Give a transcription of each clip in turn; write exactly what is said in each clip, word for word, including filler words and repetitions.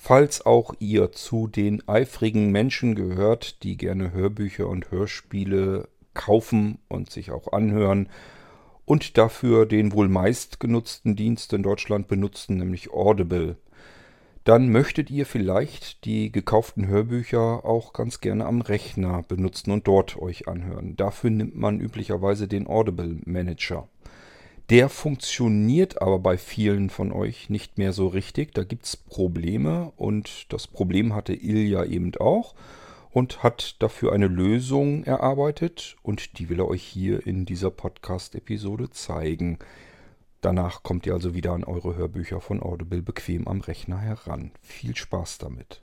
Falls auch ihr zu den eifrigen Menschen gehört, die gerne Hörbücher und Hörspiele kaufen und sich auch anhören und dafür den wohl meistgenutzten Dienst in Deutschland benutzen, nämlich Audible, dann möchtet ihr vielleicht die gekauften Hörbücher auch ganz gerne am Rechner benutzen und dort euch anhören. Dafür nimmt man üblicherweise den Audible Manager. Der funktioniert aber bei vielen von euch nicht mehr so richtig. Da gibt es Probleme und das Problem hatte Ilja eben auch und hat dafür eine Lösung erarbeitet und die will er euch hier in dieser Podcast-Episode zeigen. Danach kommt ihr also wieder an eure Hörbücher von Audible bequem am Rechner heran. Viel Spaß damit!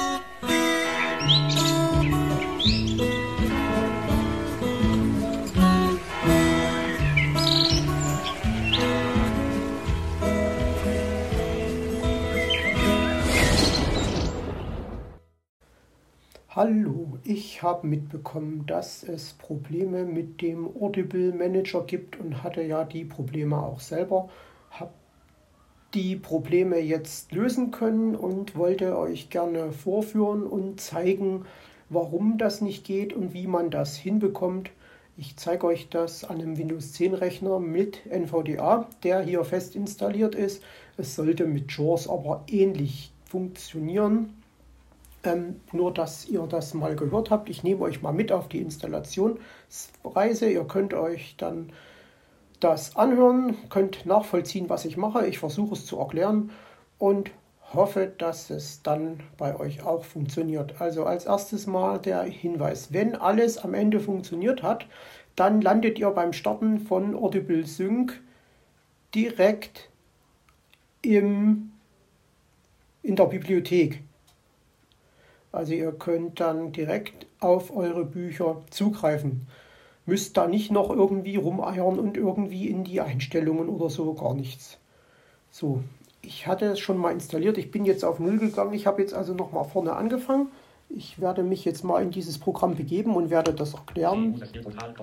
Hallo, ich habe mitbekommen, dass es Probleme mit dem Audible Manager gibt und hatte ja die Probleme auch selber. Habe die Probleme jetzt lösen können und wollte euch gerne vorführen und zeigen, warum das nicht geht und wie man das hinbekommt. Ich zeige euch das an einem Windows zehn Rechner mit N V D A, der hier fest installiert ist. Es sollte mit JAWS aber ähnlich funktionieren. Ähm, nur, dass ihr das mal gehört habt. Ich nehme euch mal mit auf die Installationsreise. Ihr könnt euch dann das anhören, könnt nachvollziehen, was ich mache. Ich versuche es zu erklären und hoffe, dass es dann bei euch auch funktioniert. Also als erstes mal der Hinweis. Wenn alles am Ende funktioniert hat, dann landet ihr beim Starten von Audible Sync direkt im, in der Bibliothek. Also ihr könnt dann direkt auf eure Bücher zugreifen. Müsst da nicht noch irgendwie rumeiern und irgendwie in die Einstellungen oder so, gar nichts. So, ich hatte es schon mal installiert. Ich bin jetzt auf Null gegangen. Ich habe jetzt also nochmal vorne angefangen. Ich werde mich jetzt mal in dieses Programm begeben und werde das erklären. So.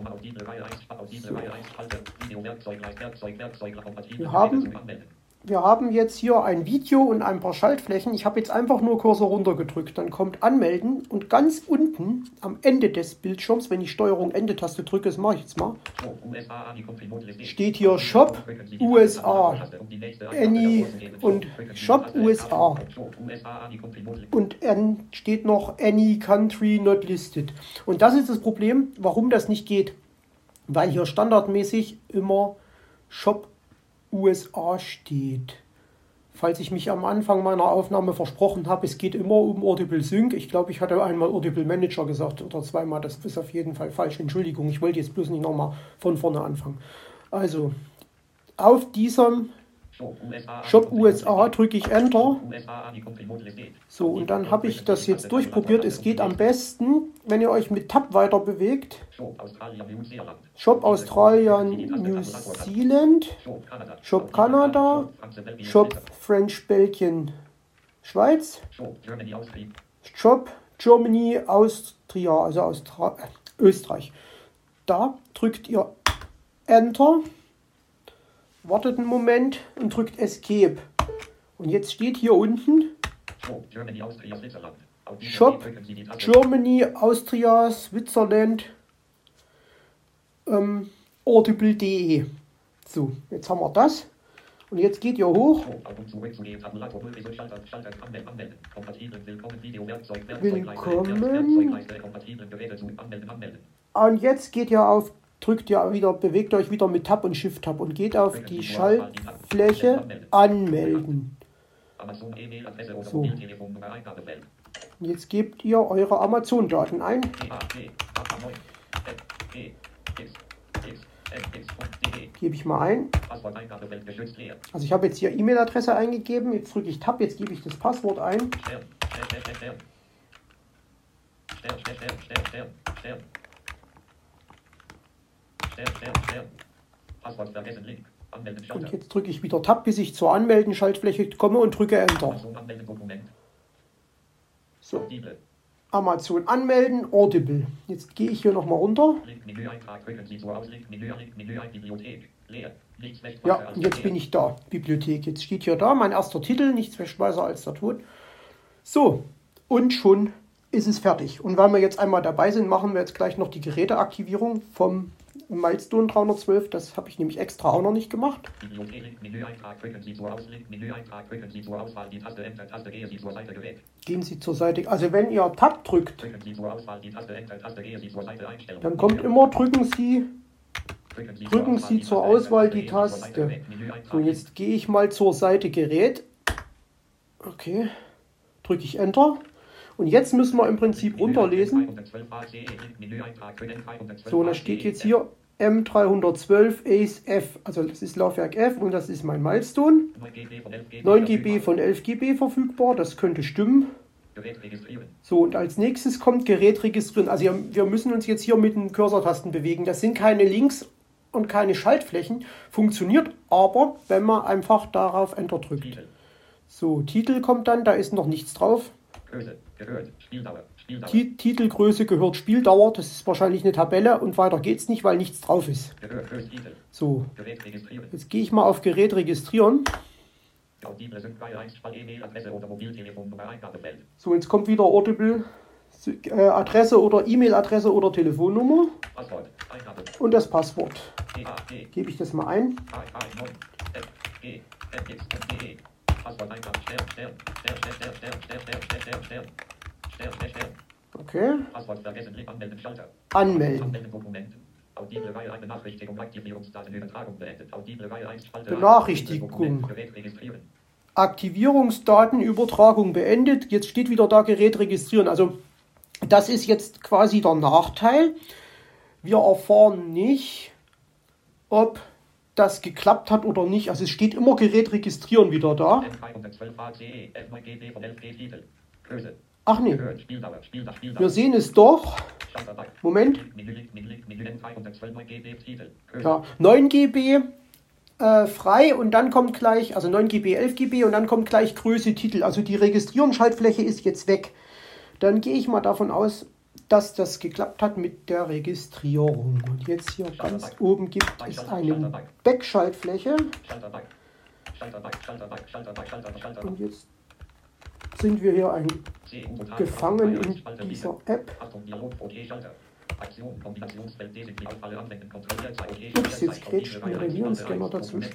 Wir haben... Wir haben jetzt hier ein Video und ein paar Schaltflächen. Ich habe jetzt einfach nur Cursor runtergedrückt. Dann kommt Anmelden und ganz unten am Ende des Bildschirms, wenn ich Steuerung Ende-Taste drücke, das mache ich jetzt mal, steht hier Shop U S A, Any und Shop U S A. Und N steht noch Any Country Not Listed. Und das ist das Problem, warum das nicht geht. Weil hier standardmäßig immer Shop U S A steht. Falls ich mich am Anfang meiner Aufnahme versprochen habe, es geht immer um Audible Sync. Ich glaube, ich hatte einmal Audible Manager gesagt oder zweimal. Das ist auf jeden Fall falsch. Entschuldigung, ich wollte jetzt bloß nicht nochmal von vorne anfangen. Also, auf diesem Shop U S A drücke ich Enter. So, und dann habe ich das jetzt durchprobiert. Es geht am besten, wenn ihr euch mit Tab weiter bewegt. Shop Australien, New Zealand, Shop Kanada, Shop French, Belgien, Schweiz, Shop Germany, Austria, also Austra- Österreich. Da drückt ihr Enter. Wartet einen Moment und drückt Escape. Und jetzt steht hier unten Shop Germany, Austria, Switzerland, ähm, Audible punkt de. So, jetzt haben wir das. Und jetzt geht ihr hoch. Willkommen. Und jetzt geht ihr auf drückt ihr wieder, bewegt euch wieder mit Tab und Shift-Tab und geht auf die Schaltfläche Anmelden. So. Und jetzt gebt ihr eure Amazon-Daten ein. Gebe ich mal ein. Also ich habe jetzt hier E-Mail-Adresse eingegeben. Jetzt drücke ich Tab, jetzt gebe ich das Passwort ein. Und jetzt drücke ich wieder Tab, bis ich zur Anmelden-Schaltfläche komme und drücke Enter. So. Amazon anmelden, Audible. Jetzt gehe ich hier nochmal runter. Ja, und jetzt bin ich da. Bibliothek. Jetzt steht hier da mein erster Titel, nichts Wegschmeißer als der Tod. So, und schon ist es fertig. Und weil wir jetzt einmal dabei sind, machen wir jetzt gleich noch die Geräteaktivierung vom Milestone dreihundertzwölf. Das habe ich nämlich extra auch noch nicht gemacht. Gehen Sie zur Seite. Also wenn ihr Tab drückt, dann kommt immer, drücken Sie, drücken Sie zur Auswahl die Taste. So, jetzt gehe ich mal zur Seite Gerät. Okay, drücke ich Enter. Und jetzt müssen wir im Prinzip runterlesen. So, und da steht jetzt hier M dreihundertzwölf Ace F. Also das ist Laufwerk F und das ist mein Milestone. neun Gigabyte von elf Gigabyte verfügbar, das könnte stimmen. So, und als nächstes kommt Gerät registrieren. Also wir müssen uns jetzt hier mit den Cursor-Tasten bewegen. Das sind keine Links und keine Schaltflächen. Funktioniert aber, wenn man einfach darauf Enter drückt. So, Titel kommt dann, da ist noch nichts drauf. Größe, gehört, Spieldauer, Spieldauer. Titelgröße gehört Spieldauer, das ist wahrscheinlich eine Tabelle und weiter geht's nicht, weil nichts drauf ist. Gehört, Größe, Titel. So, Gerät registrieren. jetzt gehe ich mal auf Gerät registrieren. Audible Sync-File Einspalt, E-Mail-Adresse oder Mobiltelefonnummer Eingabefeld. So, jetzt kommt wieder Audible äh, Adresse oder E-Mail-Adresse oder Telefonnummer. Passwort, Eingabe. Und das Passwort. E A G. Gebe ich das mal ein. A A neun F G F X und D E. Passwort Eingabe. Stern, Stern, Stern, Stern, Stern, Stern, Stern, Stern, Stern, Stern, Stern, Stern, Stern. Okay. Passwort vergessen. Klick anmelden. Schalter. Anmelden. Anmelden Dokumenten. Audible Reihe eine Benachrichtigung. Aktivierungsdatenübertragung beendet. Audible Reihe eins Spalte. Benachrichtigung. Gerät registrieren. Aktivierungsdatenübertragung beendet. Jetzt steht wieder da Gerät registrieren. Also das ist jetzt quasi der Nachteil. Wir erfahren nicht, ob das geklappt hat oder nicht. Also es steht immer Gerät registrieren wieder da. Ach nee, wir sehen es doch. Moment. Ja, neun Gigabyte äh, frei und dann kommt gleich, also neun Gigabyte, elf Gigabyte und dann kommt gleich Größe, Titel. Also die Registrierungsschaltfläche ist jetzt weg. Dann gehe ich mal davon aus, dass das geklappt hat mit der Registrierung. Und jetzt hier ganz oben gibt es eine Backschaltfläche. Und jetzt sind wir hier ein gefangen in dieser App. Ups, jetzt grätscht ein Revierenscanner dazwischen.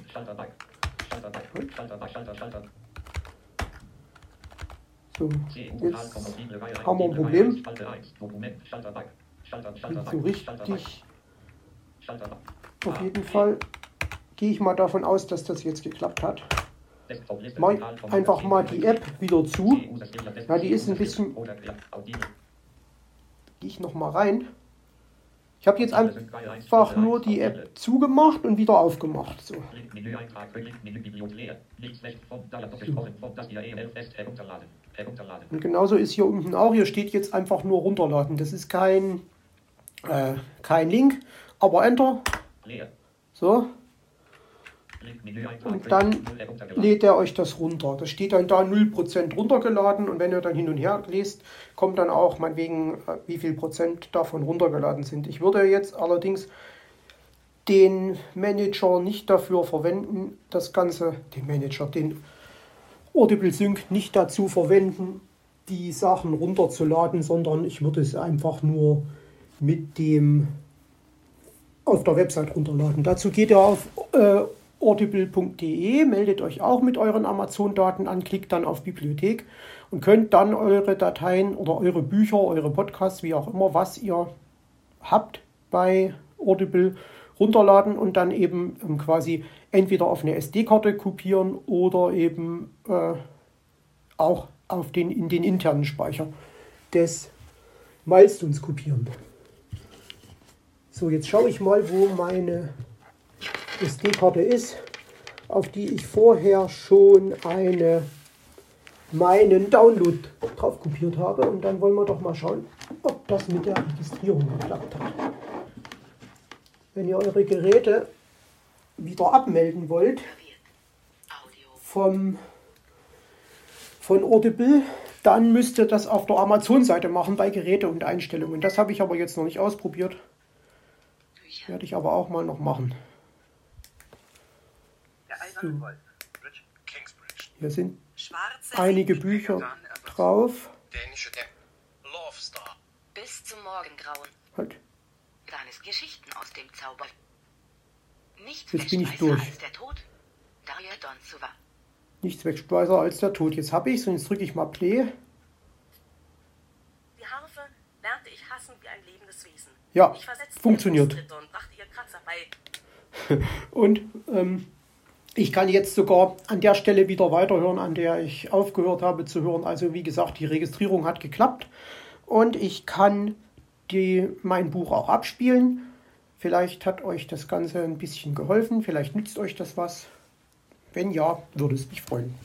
So, jetzt haben wir ein Problem. So richtig. Auf jeden Fall gehe ich mal davon aus, dass das jetzt geklappt hat. Mach einfach mal die App wieder zu. Ja, die ist ein bisschen. Gehe ich noch mal rein. Ich habe jetzt einfach nur die App zugemacht und wieder aufgemacht. So. Und genauso ist hier unten auch. Hier steht jetzt einfach nur runterladen. Das ist kein, äh, kein Link, aber Enter. So. Und dann lädt er euch das runter. Das steht dann da null Prozent runtergeladen und wenn ihr dann hin und her lest, kommt dann auch meinetwegen, wie viel Prozent davon runtergeladen sind. Ich würde jetzt allerdings den Manager nicht dafür verwenden, das Ganze, den Manager, den Audible Sync nicht dazu verwenden, die Sachen runterzuladen, sondern ich würde es einfach nur mit dem auf der Website runterladen. Dazu geht ihr auf äh, audible punkt de, meldet euch auch mit euren Amazon-Daten an, klickt dann auf Bibliothek und könnt dann eure Dateien oder eure Bücher, eure Podcasts, wie auch immer, was ihr habt bei Audible, runterladen und dann eben ähm, quasi entweder auf eine S D-Karte kopieren oder eben äh, auch auf den, in den internen Speicher des Milestones kopieren. So, jetzt schaue ich mal, wo meine S D-Karte ist, auf die ich vorher schon eine, meinen Download drauf kopiert habe. Und dann wollen wir doch mal schauen, ob das mit der Registrierung geklappt hat. Wenn ihr eure Geräte wieder abmelden wollt vom, von Audible, dann müsst ihr das auf der Amazon-Seite machen bei Geräte und Einstellungen. Das habe ich aber jetzt noch nicht ausprobiert. Werde ich aber auch mal noch machen. So. Hier sind einige Bücher drauf. Dänische Tem Love Star. Bis zum Morgengrauen. Halt. Kleines Geschichten aus dem Zauber. Nichts Jetzt bin ich wäscht weißer durch. als der Tod. Darja Donsuva. Nichts wäscht weißer als der Tod. Jetzt habe ich es und jetzt drücke ich mal Play. Die Harfe lernte ich hassen wie ein lebendes Wesen. Ja, Ich versetzte funktioniert. ihr Fußtritte und brachte ihr Kratzer bei. Und ähm, ich kann jetzt sogar an der Stelle wieder weiterhören, an der ich aufgehört habe zu hören. Also wie gesagt, die Registrierung hat geklappt und ich kann die, mein Buch auch abspielen. Vielleicht hat euch das Ganze ein bisschen geholfen, vielleicht nützt euch das was. Wenn ja, würde es mich freuen.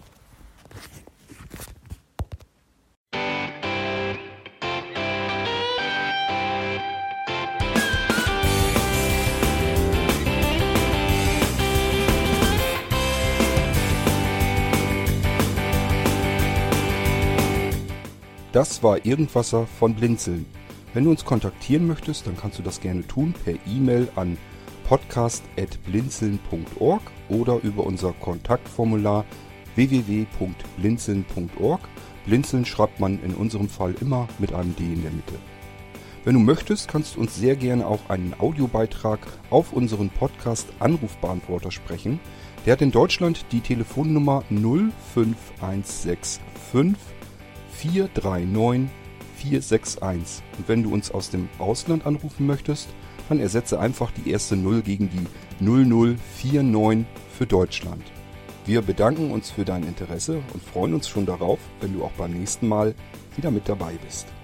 Das war Irgendwasser von Blinzeln. Wenn du uns kontaktieren möchtest, dann kannst du das gerne tun per E-Mail an podcast at blinzeln punkt org oder über unser Kontaktformular w w w punkt blinzeln punkt org. Blinzeln schreibt man in unserem Fall immer mit einem D in der Mitte. Wenn du möchtest, kannst du uns sehr gerne auch einen Audiobeitrag auf unseren Podcast-Anrufbeantworter sprechen. Der hat in Deutschland die Telefonnummer null fünf eins sechs fünf vier drei neun vier sechs eins. Und wenn du uns aus dem Ausland anrufen möchtest, dann ersetze einfach die erste null gegen die null null vier neun für Deutschland. Wir bedanken uns für dein Interesse und freuen uns schon darauf, wenn du auch beim nächsten Mal wieder mit dabei bist.